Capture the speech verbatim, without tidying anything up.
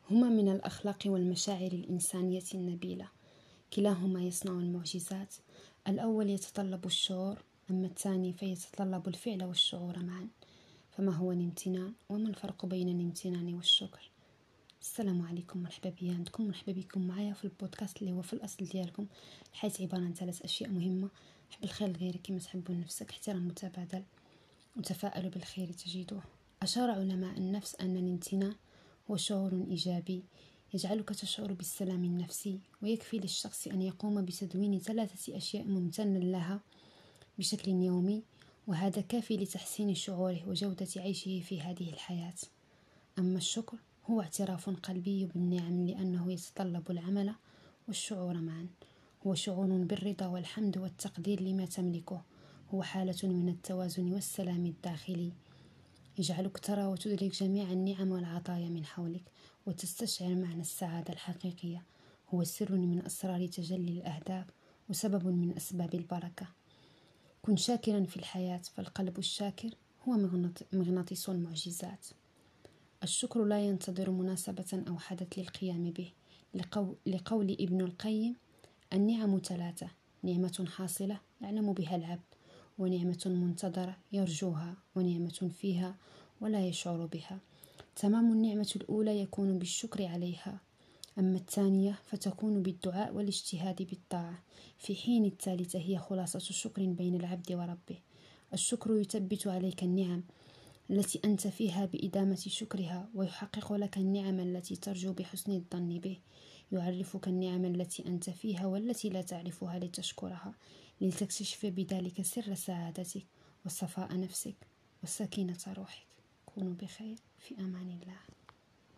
هما من الأخلاق والمشاعر الإنسانية النبيلة، كلاهما يصنع المعجزات. الأول يتطلب الشعور، أما الثاني فيتطلب الفعل والشعور معا. فما هو الامتنان؟ وما الفرق بين الامتنان والشكر؟ السلام عليكم، مرحبا بيا عندكم، مرحبا بكم معايا في البودكاست اللي هو في الأصل ديالكم. الحياة عبارة عن ثلاث أشياء مهمة: حب الخير لغيرك كما تحب لنفسك، احترام متبادل، وتفاءلوا بالخير تجدوه. أشار علماء النفس أن الامتنان هو شعور إيجابي يجعلك تشعر بالسلام النفسي، ويكفي للشخص أن يقوم بتدوين ثلاثة أشياء ممتنا لها بشكل يومي، وهذا كافي لتحسين شعوره وجودة عيشه في هذه الحياة. أما الشكر هو اعتراف قلبي بالنعم، لأنه يتطلب العمل والشعور معا. هو شعور بالرضا والحمد والتقدير لما تملكه، هو حالة من التوازن والسلام الداخلي يجعلك ترى وتدرك جميع النعم والعطايا من حولك، وتستشعر معنى السعادة الحقيقية. هو سر من أسرار تجلي الأهداف وسبب من أسباب البركة. كن شاكرا في الحياة، فالقلب الشاكر هو مغناطيس المعجزات. الشكر لا ينتظر مناسبة أو حدث للقيام به. لقول ابن القيم: النعم ثلاثة: نعمة حاصلة يعلم بها العبد، ونعمة منتظرة يرجوها، ونعمة فيها ولا يشعر بها. تمام النعمة الأولى يكون بالشكر عليها، أما الثانية فتكون بالدعاء والاجتهاد بالطاعة، في حين الثالثة هي خلاصة شكر بين العبد وربه. الشكر يثبت عليك النعم التي أنت فيها بإدامة شكرها، ويحقق لك النعم التي ترجو بحسن الظن به. يعرفك النعم التي أنت فيها والتي لا تعرفها لتشكرها، لتكتشف بذلك سر سعادتك وصفاء نفسك وسكينة روحك. كونوا بخير، في أمان الله.